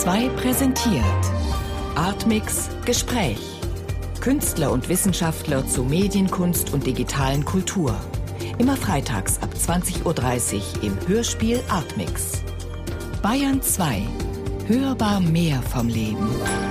2 präsentiert Artmix Gespräch. Künstler und Wissenschaftler zu Medienkunst und digitalen Kultur. Immer freitags ab 20:30 Uhr im Hörspiel Artmix. Bayern 2. Hörbar mehr vom Leben.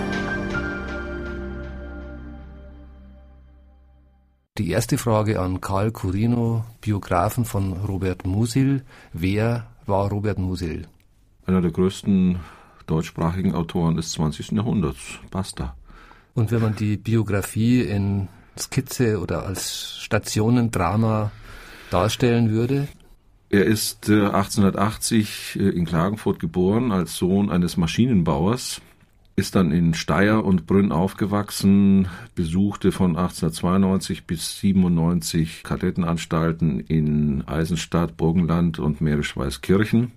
Die erste Frage an Karl Curino, Biografen von Robert Musil. Wer war Robert Musil? Einer der größten deutschsprachigen Autoren des 20. Jahrhunderts. Basta. Und wenn man die Biografie in Skizze oder als Stationendrama darstellen würde? Er ist 1880 in Klagenfurt geboren, als Sohn eines Maschinenbauers, ist dann in Steyr und Brünn aufgewachsen, besuchte von 1892 bis 97 Kadettenanstalten in Eisenstadt, Burgenland und Mährisch-Weißkirchen.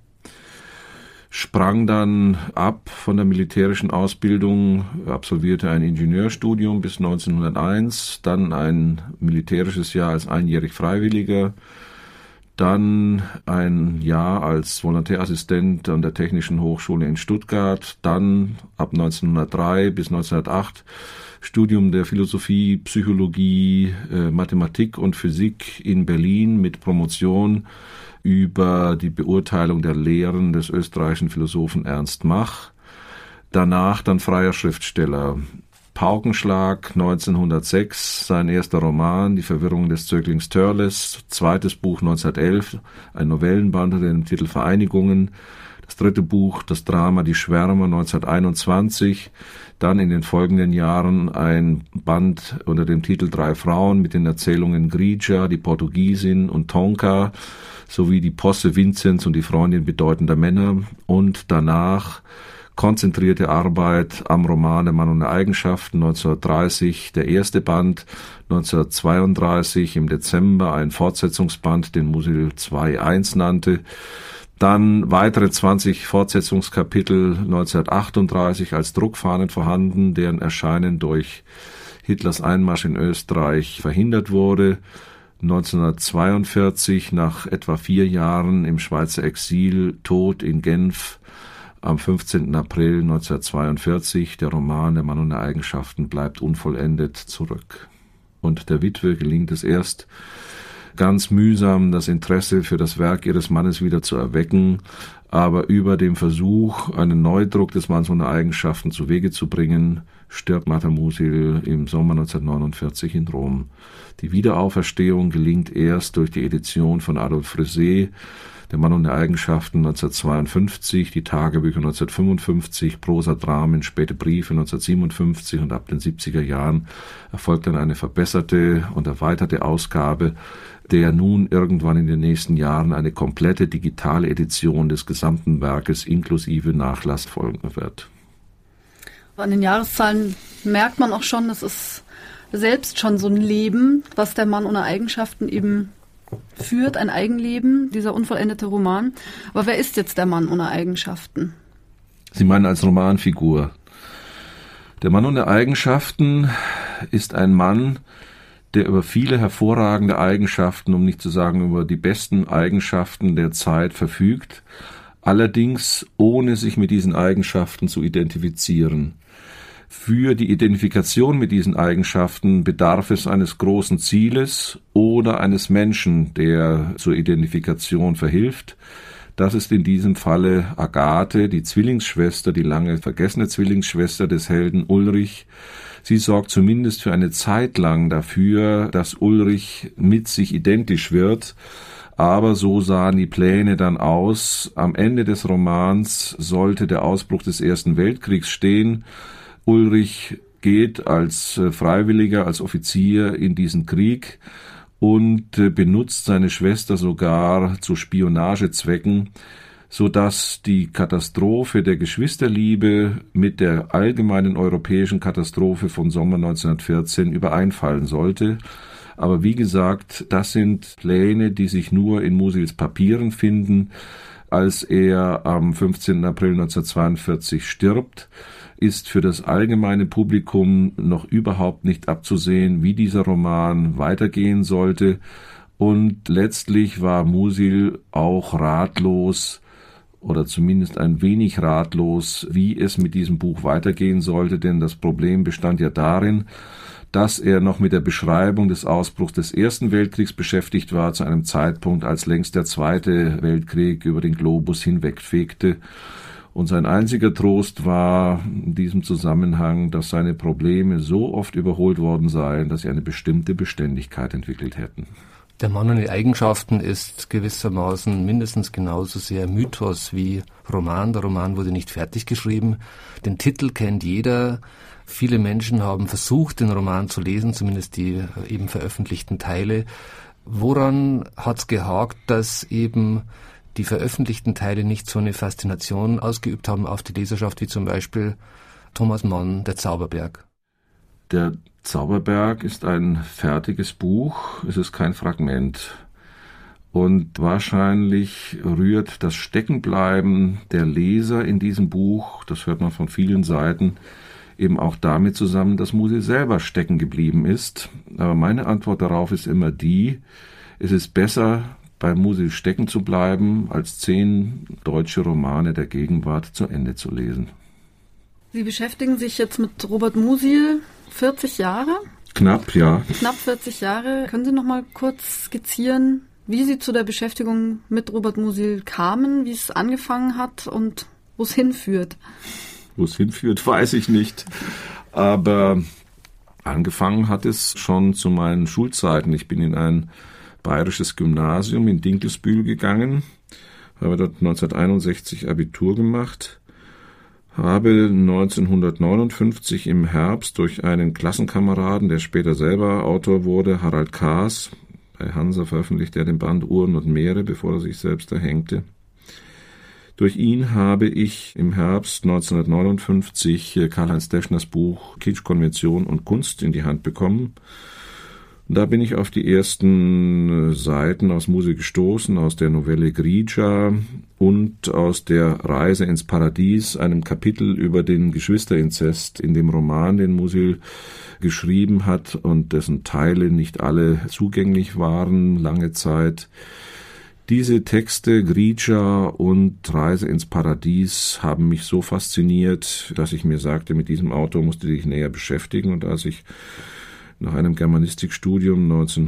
Sprang dann ab von der militärischen Ausbildung, absolvierte ein Ingenieurstudium bis 1901, dann ein militärisches Jahr als einjährig Freiwilliger, dann ein Jahr als Volontärassistent an der Technischen Hochschule in Stuttgart, dann ab 1903 bis 1908 Studium der Philosophie, Psychologie, Mathematik und Physik in Berlin mit Promotion über die Beurteilung der Lehren des österreichischen Philosophen Ernst Mach. Danach dann freier Schriftsteller. Paukenschlag 1906, sein erster Roman, Die Verwirrung des Zöglings Törles, zweites Buch 1911, ein Novellenband unter dem Titel Vereinigungen, das dritte Buch, das Drama Die Schwärmer 1921, dann in den folgenden Jahren ein Band unter dem Titel Drei Frauen mit den Erzählungen Grija, die Portugiesin und Tonka, sowie die Posse Vinzenz und die Freundin bedeutender Männer und danach konzentrierte Arbeit am Roman Der Mann ohne Eigenschaften 1930, der erste Band, 1932 im Dezember ein Fortsetzungsband, den Musil 2.1 nannte, dann weitere 20 Fortsetzungskapitel 1938 als Druckfahnen vorhanden, deren Erscheinen durch Hitlers Einmarsch in Österreich verhindert wurde. 1942, nach etwa 4 Jahren im Schweizer Exil, tot in Genf, am 15. April 1942, der Roman Der Mann ohne Eigenschaften bleibt unvollendet zurück. Und der Witwe gelingt es erst, ganz mühsam das Interesse für das Werk ihres Mannes wieder zu erwecken, aber über dem Versuch, einen Neudruck des Manns ohne Eigenschaften zu Wege zu bringen, stirbt Martha Musil im Sommer 1949 in Rom. Die Wiederauferstehung gelingt erst durch die Edition von Adolf Frisé, Der Mann ohne Eigenschaften 1952, die Tagebücher 1955, Prosa-Dramen, späte Briefe 1957 und ab den 70er Jahren erfolgt dann eine verbesserte und erweiterte Ausgabe, der nun irgendwann in den nächsten Jahren eine komplette digitale Edition des gesamten Werkes inklusive Nachlass folgen wird. An den Jahreszahlen merkt man auch schon, das ist selbst schon so ein Leben, was der Mann ohne Eigenschaften eben führt, ein Eigenleben, dieser unvollendete Roman. Aber wer ist jetzt der Mann ohne Eigenschaften? Sie meinen als Romanfigur. Der Mann ohne Eigenschaften ist ein Mann, der über viele hervorragende Eigenschaften, um nicht zu sagen über die besten Eigenschaften der Zeit verfügt, allerdings ohne sich mit diesen Eigenschaften zu identifizieren. Für die Identifikation mit diesen Eigenschaften bedarf es eines großen Zieles oder eines Menschen, der zur Identifikation verhilft. Das ist in diesem Falle Agathe, die Zwillingsschwester, die lange vergessene Zwillingsschwester des Helden Ulrich. Sie sorgt zumindest für eine Zeit lang dafür, dass Ulrich mit sich identisch wird. Aber so sahen die Pläne dann aus. Am Ende des Romans sollte der Ausbruch des Ersten Weltkriegs stehen. Ulrich geht als Freiwilliger, als Offizier in diesen Krieg und benutzt seine Schwester sogar zu Spionagezwecken, sodass die Katastrophe der Geschwisterliebe mit der allgemeinen europäischen Katastrophe von Sommer 1914 übereinfallen sollte. Aber wie gesagt, das sind Pläne, die sich nur in Musils Papieren finden. Als er am 15. April 1942 stirbt, ist für das allgemeine Publikum noch überhaupt nicht abzusehen, wie dieser Roman weitergehen sollte. Und letztlich war Musil auch ratlos oder zumindest ein wenig ratlos, wie es mit diesem Buch weitergehen sollte, denn das Problem bestand ja darin, dass er noch mit der Beschreibung des Ausbruchs des Ersten Weltkriegs beschäftigt war, zu einem Zeitpunkt, als längst der Zweite Weltkrieg über den Globus hinwegfegte. Und sein einziger Trost war in diesem Zusammenhang, dass seine Probleme so oft überholt worden seien, dass sie eine bestimmte Beständigkeit entwickelt hätten. Der Mann ohne Eigenschaften ist gewissermaßen mindestens genauso sehr Mythos wie Roman. Der Roman wurde nicht fertig geschrieben. Den Titel kennt jeder. Viele Menschen haben versucht, den Roman zu lesen, zumindest die eben veröffentlichten Teile. Woran hat es gehakt, dass eben die veröffentlichten Teile nicht so eine Faszination ausgeübt haben auf die Leserschaft wie zum Beispiel Thomas Mann, Der Zauberberg? Der Zauberberg ist ein fertiges Buch, es ist kein Fragment. Und wahrscheinlich rührt das Steckenbleiben der Leser in diesem Buch, das hört man von vielen Seiten, eben auch damit zusammen, dass Musil selber stecken geblieben ist. Aber meine Antwort darauf ist immer die, es ist besser, bei Musil stecken zu bleiben, als 10 deutsche Romane der Gegenwart zu Ende zu lesen. Sie beschäftigen sich jetzt mit Robert Musil 40 Jahre? Knapp, ja. Knapp 40 Jahre. Können Sie noch mal kurz skizzieren, wie Sie zu der Beschäftigung mit Robert Musil kamen, wie es angefangen hat und wo es hinführt? Wo es hinführt, weiß ich nicht. Aber angefangen hat es schon zu meinen Schulzeiten. Ich bin in ein bayerisches Gymnasium in Dinkelsbühl gegangen, habe dort 1961 Abitur gemacht, habe 1959 im Herbst durch einen Klassenkameraden, der später selber Autor wurde, Harald Kaas, bei Hansa veröffentlichte er den Band Uhren und Meere, bevor er sich selbst erhängte. Durch ihn habe ich im Herbst 1959 Karl-Heinz Deschners Buch Kitsch, Konvention und Kunst in die Hand bekommen. Und da bin ich auf die ersten Seiten aus Musil gestoßen, aus der Novelle Grigia und aus der Reise ins Paradies, einem Kapitel über den Geschwisterinzest in dem Roman, den Musil geschrieben hat und dessen Teile nicht alle zugänglich waren, lange Zeit. Diese Texte, Grigia und Reise ins Paradies, haben mich so fasziniert, dass ich mir sagte, mit diesem Autor musste ich näher beschäftigen. Und als ich nach einem Germanistikstudium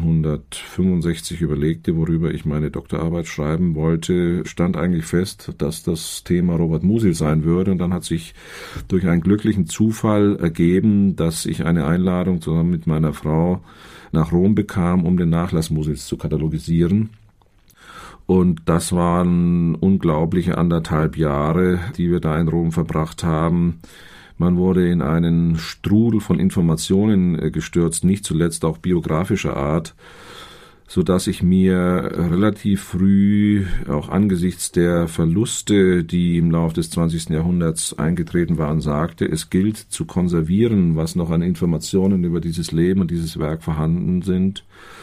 1965 überlegte, worüber ich meine Doktorarbeit schreiben wollte, stand eigentlich fest, dass das Thema Robert Musil sein würde. Und dann hat sich durch einen glücklichen Zufall ergeben, dass ich eine Einladung zusammen mit meiner Frau nach Rom bekam, um den Nachlass Musils zu katalogisieren. Und das waren unglaubliche 1,5 Jahre, die wir da in Rom verbracht haben. Man wurde in einen Strudel von Informationen gestürzt, nicht zuletzt auch biografischer Art, so dass ich mir relativ früh, auch angesichts der Verluste, die im Laufe des 20. Jahrhunderts eingetreten waren, sagte, es gilt zu konservieren, was noch an Informationen über dieses Leben und dieses Werk vorhanden sind.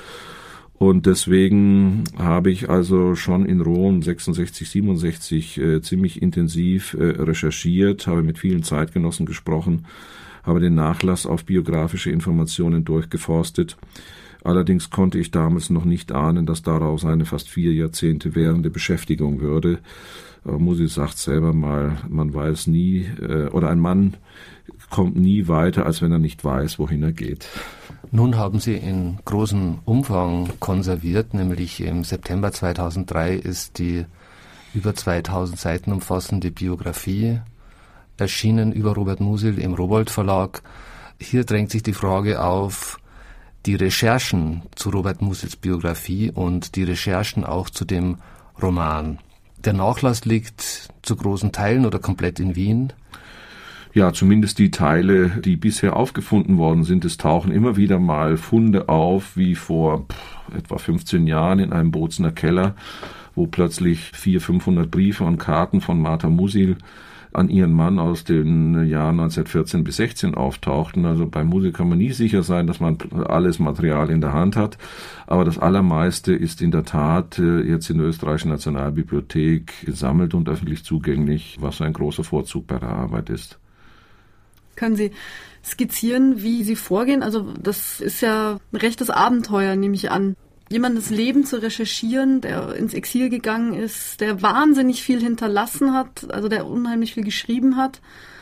Und deswegen habe ich also schon in Rom 66, 67 ziemlich intensiv recherchiert, habe mit vielen Zeitgenossen gesprochen, habe den Nachlass auf biografische Informationen durchgeforstet. Allerdings konnte ich damals noch nicht ahnen, dass daraus eine fast 4 Jahrzehnte währende Beschäftigung würde. Musil sagt selber mal, man weiß nie, oder ein Mann kommt nie weiter, als wenn er nicht weiß, wohin er geht. Nun haben Sie in großem Umfang konserviert, nämlich im September 2003 ist die über 2000 Seiten umfassende Biografie erschienen über Robert Musil im Rowohlt Verlag. Hier drängt sich die Frage auf, die Recherchen zu Robert Musils Biografie und die Recherchen auch zu dem Roman. Der Nachlass liegt zu großen Teilen oder komplett in Wien. Ja, zumindest die Teile, die bisher aufgefunden worden sind. Es tauchen immer wieder mal Funde auf, wie vor etwa 15 Jahren in einem Bozener Keller, wo plötzlich 400-500 Briefe und Karten von Martha Musil an ihren Mann aus den Jahren 1914 bis 16 auftauchten. Also bei Musil kann man nie sicher sein, dass man alles Material in der Hand hat. Aber das Allermeiste ist in der Tat jetzt in der Österreichischen Nationalbibliothek gesammelt und öffentlich zugänglich, was ein großer Vorzug bei der Arbeit ist. Können Sie skizzieren, wie Sie vorgehen? Also das ist ja ein rechtes Abenteuer, nehme ich an. jemandes Leben zu recherchieren, der ins Exil gegangen ist, der wahnsinnig viel hinterlassen hat, also der unheimlich viel geschrieben hat.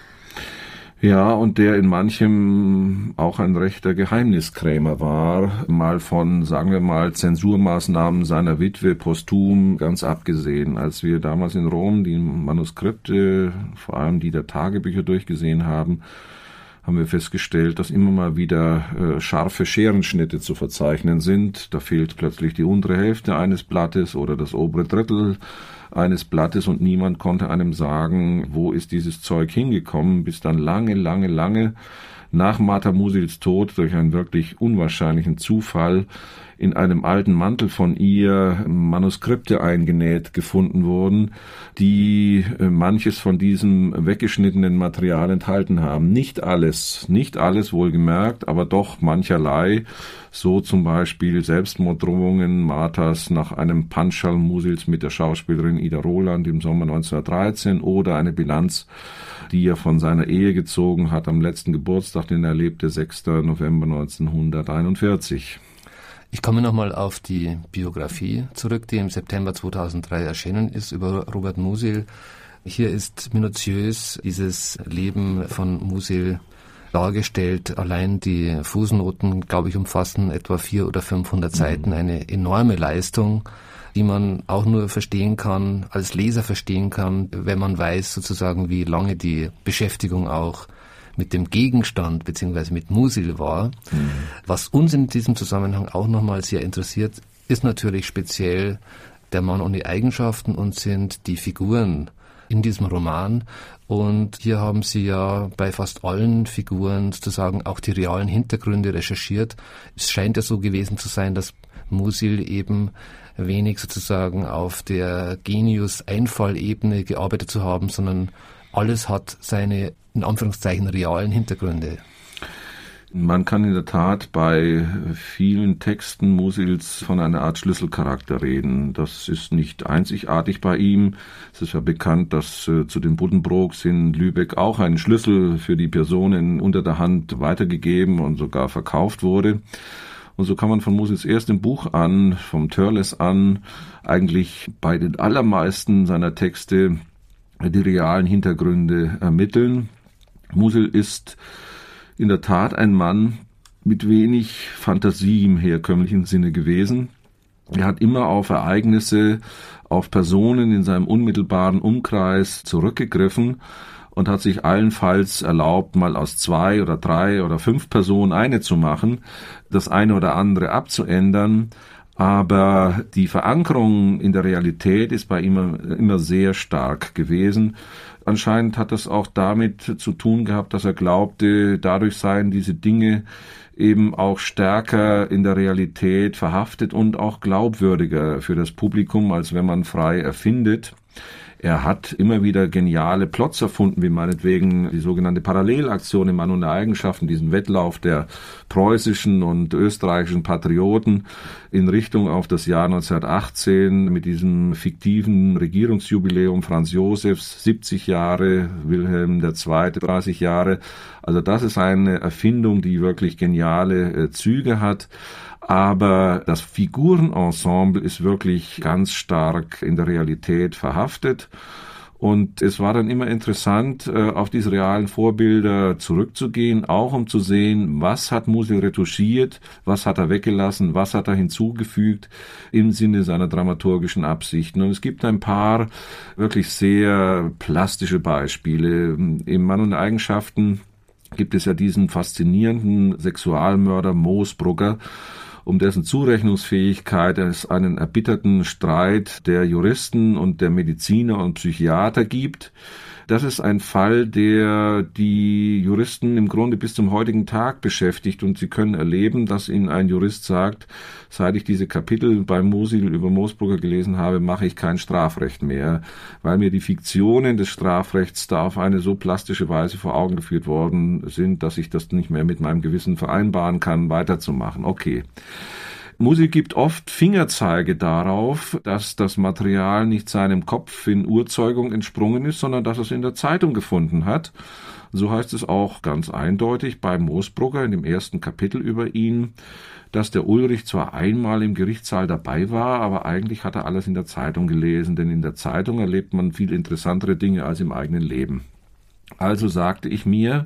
Ja, und der in manchem auch ein rechter Geheimniskrämer war, mal von, sagen wir mal, Zensurmaßnahmen seiner Witwe posthum ganz abgesehen. Als wir damals in Rom die Manuskripte, vor allem die der Tagebücher durchgesehen haben, haben wir festgestellt, dass immer mal wieder scharfe Scherenschnitte zu verzeichnen sind. Da fehlt plötzlich die untere Hälfte eines Blattes oder das obere Drittel eines Blattes und niemand konnte einem sagen, wo ist dieses Zeug hingekommen, bis dann lange nach Martha Musils Tod durch einen wirklich unwahrscheinlichen Zufall in einem alten Mantel von ihr Manuskripte eingenäht gefunden wurden, die manches von diesem weggeschnittenen Material enthalten haben. Nicht alles wohlgemerkt, aber doch mancherlei. So zum Beispiel Selbstmorddrohungen Marthas nach einem Panschal Musils mit der Schauspielerin Ida Roland im Sommer 1913 oder eine Bilanz, die er von seiner Ehe gezogen hat am letzten Geburtstag, den er erlebte, 6. November 1941. Ich komme nochmal auf die Biografie zurück, die im September 2003 erschienen ist über Robert Musil. Hier ist minutiös dieses Leben von Musil dargestellt. Allein die Fußnoten, glaube ich, umfassen etwa 400 oder 500 Seiten. Eine enorme Leistung, die man auch nur verstehen kann, als Leser verstehen kann, wenn man weiß sozusagen, wie lange die Beschäftigung auch mit dem Gegenstand bzw. mit Musil war. Was uns in diesem Zusammenhang auch nochmal sehr interessiert, ist natürlich speziell der Mann ohne Eigenschaften und sind die Figuren in diesem Roman. Und hier haben Sie ja bei fast allen Figuren sozusagen auch die realen Hintergründe recherchiert. Es scheint ja so gewesen zu sein, dass Musil eben wenig sozusagen auf der Genius-Einfallebene gearbeitet zu haben, sondern alles hat seine, in Anführungszeichen, realen Hintergründe. Man kann in der Tat bei vielen Texten Musils von einer Art Schlüsselcharakter reden. Das ist nicht einzigartig bei ihm. Es ist ja bekannt, dass zu den Buddenbrooks in Lübeck auch ein Schlüssel für die Personen unter der Hand weitergegeben und sogar verkauft wurde. Und so kann man von Musils erstem Buch an, vom Törles an, eigentlich bei den allermeisten seiner Texte die realen Hintergründe ermitteln. Musil ist in der Tat ein Mann mit wenig Fantasie im herkömmlichen Sinne gewesen. Er hat immer auf Ereignisse, auf Personen in seinem unmittelbaren Umkreis zurückgegriffen und hat sich allenfalls erlaubt, mal aus 2 oder 3 oder 5 Personen eine zu machen, das eine oder andere abzuändern. Aber die Verankerung in der Realität ist bei ihm immer sehr stark gewesen. Anscheinend hat das auch damit zu tun gehabt, dass er glaubte, dadurch seien diese Dinge eben auch stärker in der Realität verhaftet und auch glaubwürdiger für das Publikum, als wenn man frei erfindet. Er hat immer wieder geniale Plots erfunden, wie meinetwegen die sogenannte Parallelaktion im Mann ohne Eigenschaften, diesen Wettlauf der preußischen und österreichischen Patrioten in Richtung auf das Jahr 1918 mit diesem fiktiven Regierungsjubiläum Franz Josefs, 70 Jahre, Wilhelm II. 30 Jahre. Also das ist eine Erfindung, die wirklich geniale Züge hat. Aber das Figurenensemble ist wirklich ganz stark in der Realität verhaftet. Und es war dann immer interessant, auf diese realen Vorbilder zurückzugehen, auch um zu sehen, was hat Musil retuschiert, was hat er weggelassen, was hat er hinzugefügt im Sinne seiner dramaturgischen Absichten. Und es gibt ein paar wirklich sehr plastische Beispiele. Im Mann und Eigenschaften gibt es ja diesen faszinierenden Sexualmörder Moosbrugger, um dessen Zurechnungsfähigkeit es einen erbitterten Streit der Juristen und der Mediziner und Psychiater gibt. Das ist ein Fall, der die Juristen im Grunde bis zum heutigen Tag beschäftigt und sie können erleben, dass ihnen ein Jurist sagt, seit ich diese Kapitel bei Musil über Moosbrugger gelesen habe, mache ich kein Strafrecht mehr, weil mir die Fiktionen des Strafrechts da auf eine so plastische Weise vor Augen geführt worden sind, dass ich das nicht mehr mit meinem Gewissen vereinbaren kann, weiterzumachen. Okay. Musil gibt oft Fingerzeige darauf, dass das Material nicht seinem Kopf in Urzeugung entsprungen ist, sondern dass er es in der Zeitung gefunden hat. So heißt es auch ganz eindeutig bei Moosbrugger in dem ersten Kapitel über ihn, dass der Ulrich zwar einmal im Gerichtssaal dabei war, aber eigentlich hat er alles in der Zeitung gelesen, denn in der Zeitung erlebt man viel interessantere Dinge als im eigenen Leben. Also sagte ich mir,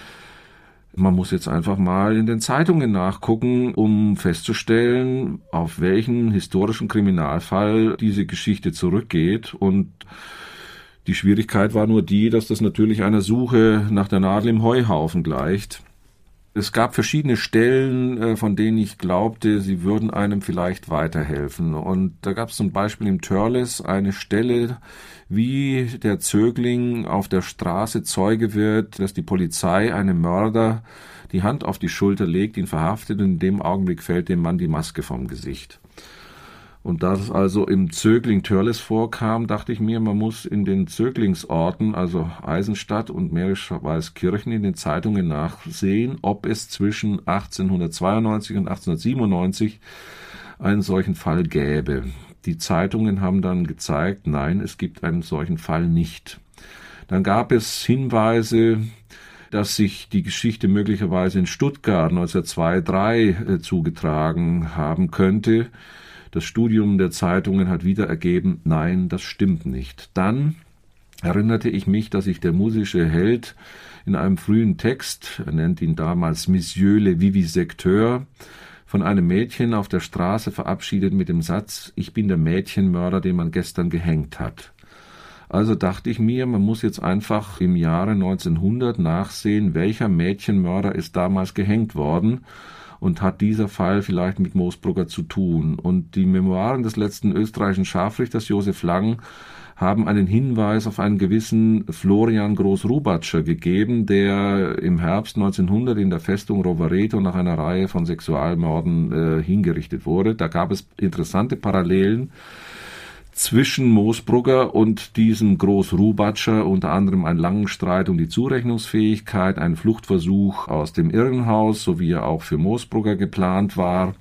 man muss jetzt einfach mal in den Zeitungen nachgucken, um festzustellen, auf welchen historischen Kriminalfall diese Geschichte zurückgeht. Und die Schwierigkeit war nur die, dass das natürlich einer Suche nach der Nadel im Heuhaufen gleicht. Es gab verschiedene Stellen, von denen ich glaubte, sie würden einem vielleicht weiterhelfen. Und da gab es zum Beispiel im Törles eine Stelle, wie der Zögling auf der Straße Zeuge wird, dass die Polizei einem Mörder die Hand auf die Schulter legt, ihn verhaftet und in dem Augenblick fällt dem Mann die Maske vom Gesicht. Und da es also im Zögling Törles vorkam, dachte ich mir, man muss in den Zöglingsorten, also Eisenstadt und Mährisch-Weißkirchen, in den Zeitungen nachsehen, ob es zwischen 1892 und 1897 einen solchen Fall gäbe. Die Zeitungen haben dann gezeigt, nein, es gibt einen solchen Fall nicht. Dann gab es Hinweise, dass sich die Geschichte möglicherweise in Stuttgart 1902/03 zugetragen haben könnte. Das Studium der Zeitungen hat wieder ergeben, nein, das stimmt nicht. Dann erinnerte ich mich, dass sich der musische Held in einem frühen Text, er nennt ihn damals Monsieur le Vivisecteur, von einem Mädchen auf der Straße verabschiedet mit dem Satz, ich bin der Mädchenmörder, den man gestern gehängt hat. Also dachte ich mir, man muss jetzt einfach im Jahre 1900 nachsehen, welcher Mädchenmörder ist damals gehängt worden und hat dieser Fall vielleicht mit Moosbrugger zu tun. Und die Memoiren des letzten österreichischen Scharfrichters Josef Lang haben einen Hinweis auf einen gewissen Florian Groß-Rubatscher gegeben, der im Herbst 1900 in der Festung Rovereto nach einer Reihe von Sexualmorden hingerichtet wurde. Da gab es interessante Parallelen zwischen Moosbrugger und diesem Groß-Rubatscher, unter anderem einen langen Streit um die Zurechnungsfähigkeit, ein Fluchtversuch aus dem Irrenhaus, so wie er auch für Moosbrugger geplant war.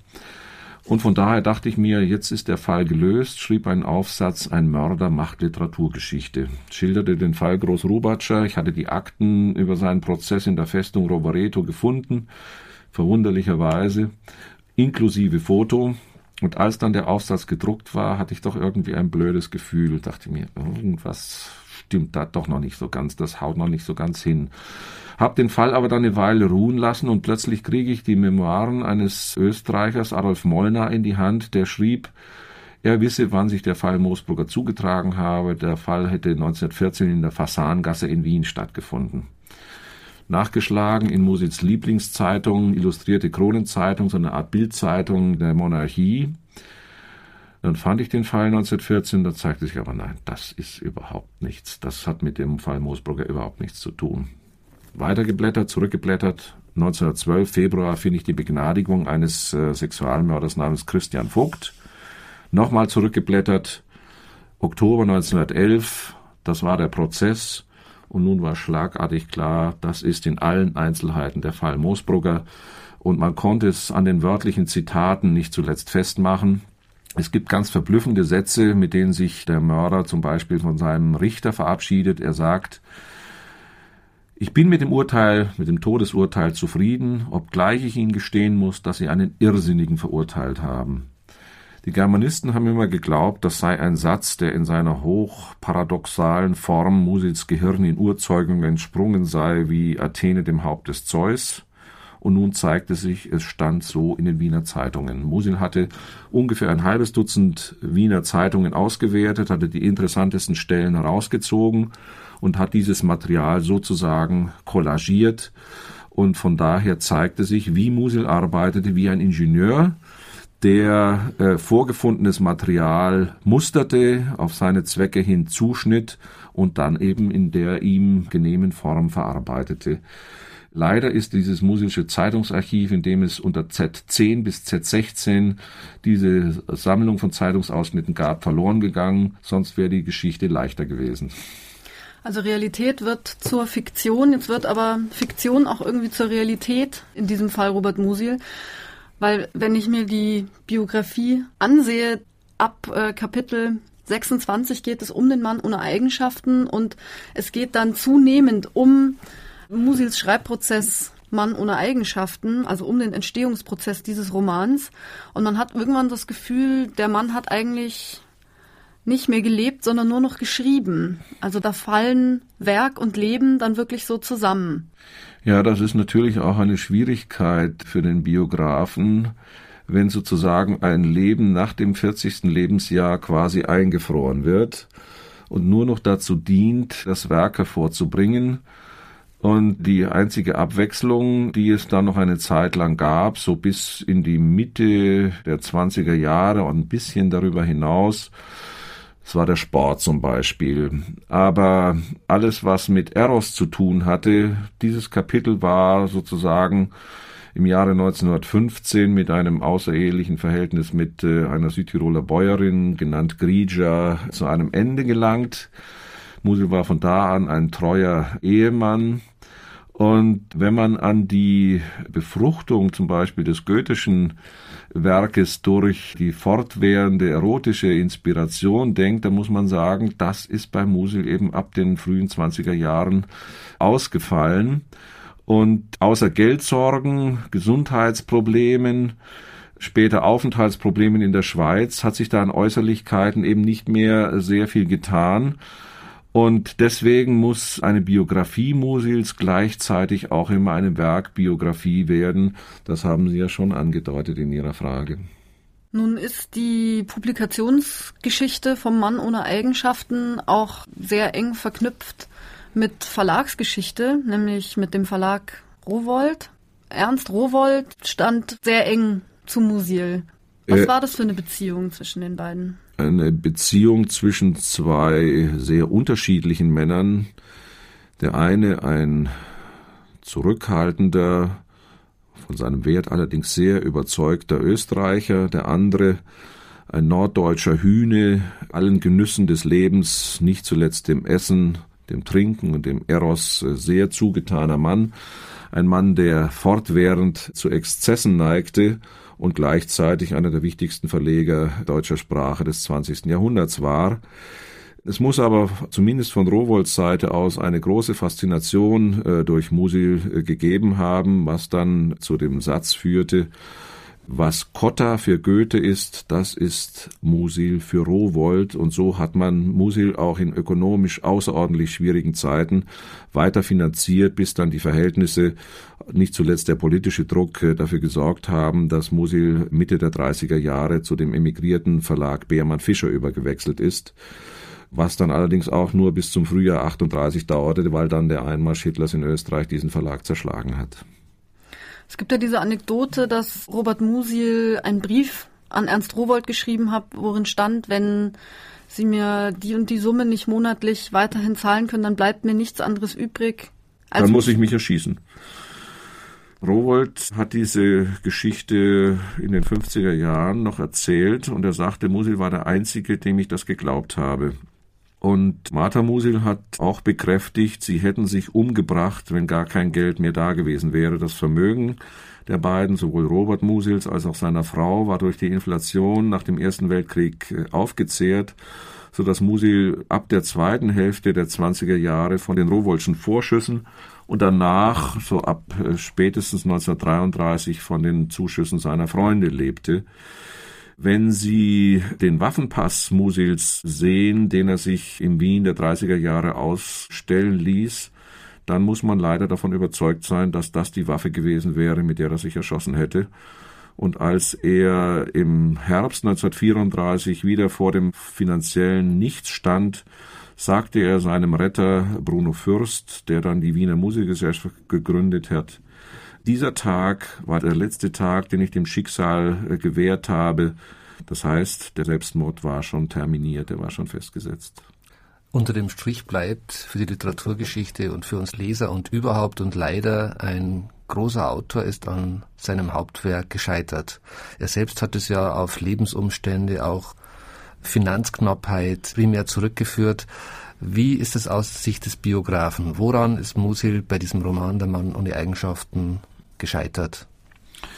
Und von daher dachte ich mir, jetzt ist der Fall gelöst, schrieb einen Aufsatz, ein Mörder macht Literaturgeschichte, schilderte den Fall Groß-Rubatscher. Ich hatte die Akten über seinen Prozess in der Festung Rovereto gefunden, verwunderlicherweise, inklusive Foto. Und als dann der Aufsatz gedruckt war, hatte ich doch irgendwie ein blödes Gefühl. Dachte mir, irgendwas stimmt da doch noch nicht so ganz, das haut noch nicht so ganz hin. Hab den Fall aber dann eine Weile ruhen lassen und plötzlich kriege ich die Memoiren eines Österreichers, Adolf Molnar, in die Hand, der schrieb, er wisse, wann sich der Fall Moosbrugger zugetragen habe. Der Fall hätte 1914 in der Fasangasse in Wien stattgefunden. Nachgeschlagen in Musils Lieblingszeitung, Illustrierte Kronenzeitung, so eine Art Bildzeitung der Monarchie. Dann fand ich den Fall 1914, da zeigte sich aber, nein, das ist überhaupt nichts. Das hat mit dem Fall Moosbrugger überhaupt nichts zu tun. Weitergeblättert, zurückgeblättert, 1912, Februar, finde ich die Begnadigung eines Sexualmörders namens Christian Vogt. Nochmal zurückgeblättert, Oktober 1911, das war der Prozess. Und nun war schlagartig klar, das ist in allen Einzelheiten der Fall Moosbrugger. Und man konnte es an den wörtlichen Zitaten nicht zuletzt festmachen. Es gibt ganz verblüffende Sätze, mit denen sich der Mörder zum Beispiel von seinem Richter verabschiedet. Er sagt, ich bin mit dem Todesurteil zufrieden, obgleich ich Ihnen gestehen muss, dass Sie einen Irrsinnigen verurteilt haben. Die Germanisten haben immer geglaubt, das sei ein Satz, der in seiner hochparadoxalen Form Musils Gehirn in Urzeugung entsprungen sei, wie Athene dem Haupt des Zeus. Und nun zeigte sich, es stand so in den Wiener Zeitungen. Musil hatte ungefähr ein halbes Dutzend Wiener Zeitungen ausgewertet, hatte die interessantesten Stellen herausgezogen und hat dieses Material sozusagen kollagiert. Und von daher zeigte sich, wie Musil arbeitete, wie ein Ingenieur, der vorgefundenes Material musterte, auf seine Zwecke hin zuschnitt und dann eben in der ihm genehmen Form verarbeitete. Leider ist dieses Musilsche Zeitungsarchiv, in dem es unter Z10 bis Z16 diese Sammlung von Zeitungsausschnitten gab, verloren gegangen, sonst wäre die Geschichte leichter gewesen. Also Realität wird zur Fiktion, jetzt wird aber Fiktion auch irgendwie zur Realität, in diesem Fall Robert Musil. Weil wenn ich mir die Biografie ansehe, ab Kapitel 26 geht es um den Mann ohne Eigenschaften und es geht dann zunehmend um Musils Schreibprozess Mann ohne Eigenschaften, also um den Entstehungsprozess dieses Romans. Und man hat irgendwann das Gefühl, der Mann hat eigentlich nicht mehr gelebt, sondern nur noch geschrieben. Also da fallen Werk und Leben dann wirklich so zusammen. Ja, das ist natürlich auch eine Schwierigkeit für den Biografen, wenn sozusagen ein Leben nach dem 40. Lebensjahr quasi eingefroren wird und nur noch dazu dient, das Werk hervorzubringen. Und die einzige Abwechslung, die es dann noch eine Zeit lang gab, so bis in die Mitte der 20er Jahre und ein bisschen darüber hinaus, das war der Sport zum Beispiel. Aber alles, was mit Eros zu tun hatte, dieses Kapitel war sozusagen im Jahre 1915 mit einem außerehelichen Verhältnis mit einer Südtiroler Bäuerin, genannt Grigia, zu einem Ende gelangt. Musil war von da an ein treuer Ehemann. Und wenn man an die Befruchtung zum Beispiel des goethischen Werkes durch die fortwährende erotische Inspiration denkt, dann muss man sagen, das ist bei Musil eben ab den frühen 20er Jahren ausgefallen. Und außer Geldsorgen, Gesundheitsproblemen, später Aufenthaltsproblemen in der Schweiz hat sich da an Äußerlichkeiten eben nicht mehr sehr viel getan. Und deswegen muss eine Biografie Musils gleichzeitig auch immer eine Werkbiografie werden. Das haben Sie ja schon angedeutet in Ihrer Frage. Nun ist die Publikationsgeschichte vom Mann ohne Eigenschaften auch sehr eng verknüpft mit Verlagsgeschichte, nämlich mit dem Verlag Rowohlt. Ernst Rowohlt stand sehr eng zu Musil. Was war das für eine Beziehung zwischen den beiden? Eine Beziehung zwischen zwei sehr unterschiedlichen Männern. Der eine ein zurückhaltender, von seinem Wert allerdings sehr überzeugter Österreicher, der andere ein norddeutscher Hüne, allen Genüssen des Lebens, nicht zuletzt dem Essen, dem Trinken und dem Eros sehr zugetaner Mann. Ein Mann, der fortwährend zu Exzessen neigte und gleichzeitig einer der wichtigsten Verleger deutscher Sprache des 20. Jahrhunderts war. Es muss aber zumindest von Rowohlts Seite aus eine große Faszination durch Musil gegeben haben, was dann zu dem Satz führte: Was Cotta für Goethe ist, das ist Musil für Rowohlt. Und so hat man Musil auch in ökonomisch außerordentlich schwierigen Zeiten weiter finanziert, bis dann die Verhältnisse, nicht zuletzt der politische Druck, dafür gesorgt haben, dass Musil Mitte der 30er Jahre zu dem emigrierten Verlag Beermann Fischer übergewechselt ist, was dann allerdings auch nur bis zum Frühjahr 38 dauerte, weil dann der Einmarsch Hitlers in Österreich diesen Verlag zerschlagen hat. Es gibt ja diese Anekdote, dass Robert Musil einen Brief an Ernst Rowohlt geschrieben hat, worin stand, wenn Sie mir die und die Summe nicht monatlich weiterhin zahlen können, dann bleibt mir nichts anderes übrig. Dann muss ich mich erschießen. Rowohlt hat diese Geschichte in den 50er Jahren noch erzählt und er sagte, Musil war der Einzige, dem ich das geglaubt habe. Und Martha Musil hat auch bekräftigt, sie hätten sich umgebracht, wenn gar kein Geld mehr da gewesen wäre. Das Vermögen der beiden, sowohl Robert Musils als auch seiner Frau, war durch die Inflation nach dem Ersten Weltkrieg aufgezehrt, sodass Musil ab der zweiten Hälfte der 20er Jahre von den Rowohltschen Vorschüssen und danach, so ab spätestens 1933, von den Zuschüssen seiner Freunde lebte. Wenn Sie den Waffenpass Musils sehen, den er sich in Wien der 30er Jahre ausstellen ließ, dann muss man leider davon überzeugt sein, dass das die Waffe gewesen wäre, mit der er sich erschossen hätte. Und als er im Herbst 1934 wieder vor dem finanziellen Nichts stand, sagte er seinem Retter Bruno Fürst, der dann die Wiener Musikgesellschaft gegründet hat: Dieser Tag war der letzte Tag, den ich dem Schicksal gewährt habe. Das heißt, der Selbstmord war schon terminiert, er war schon festgesetzt. Unter dem Strich bleibt für die Literaturgeschichte und für uns Leser und überhaupt und leider ein großer Autor ist an seinem Hauptwerk gescheitert. Er selbst hat es ja auf Lebensumstände, auch Finanzknappheit primär zurückgeführt. Wie ist es aus Sicht des Biografen? Woran ist Musil bei diesem Roman Der Mann ohne Eigenschaften gescheitert?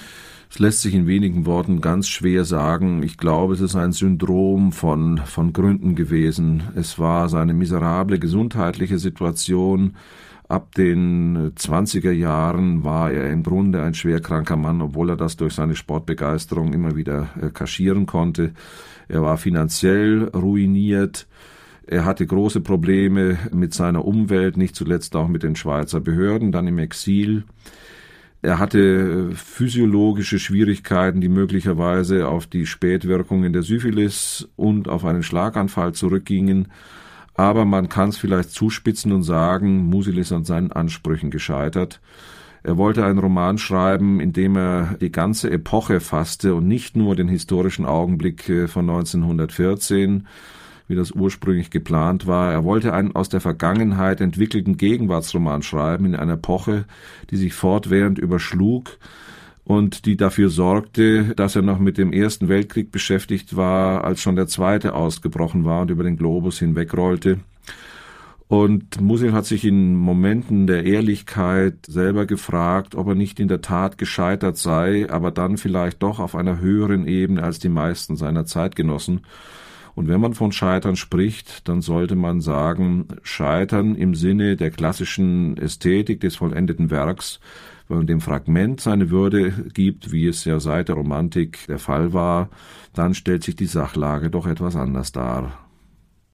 Es lässt sich in wenigen Worten ganz schwer sagen. Ich glaube, es ist ein Syndrom von Gründen gewesen. Es war seine miserable gesundheitliche Situation. Ab den 20er Jahren war er im Grunde ein schwerkranker Mann, obwohl er das durch seine Sportbegeisterung immer wieder kaschieren konnte. Er war finanziell ruiniert. Er hatte große Probleme mit seiner Umwelt, nicht zuletzt auch mit den Schweizer Behörden, dann im Exil. Er hatte physiologische Schwierigkeiten, die möglicherweise auf die Spätwirkungen der Syphilis und auf einen Schlaganfall zurückgingen. Aber man kann es vielleicht zuspitzen und sagen, Musil ist an seinen Ansprüchen gescheitert. Er wollte einen Roman schreiben, in dem er die ganze Epoche fasste und nicht nur den historischen Augenblick von 1914, wie das ursprünglich geplant war. Er wollte einen aus der Vergangenheit entwickelten Gegenwartsroman schreiben, in einer Epoche, die sich fortwährend überschlug und die dafür sorgte, dass er noch mit dem Ersten Weltkrieg beschäftigt war, als schon der Zweite ausgebrochen war und über den Globus hinwegrollte. Und Musil hat sich in Momenten der Ehrlichkeit selber gefragt, ob er nicht in der Tat gescheitert sei, aber dann vielleicht doch auf einer höheren Ebene als die meisten seiner Zeitgenossen. Und wenn man von Scheitern spricht, dann sollte man sagen, Scheitern im Sinne der klassischen Ästhetik des vollendeten Werks, wenn man dem Fragment seine Würde gibt, wie es ja seit der Romantik der Fall war, dann stellt sich die Sachlage doch etwas anders dar.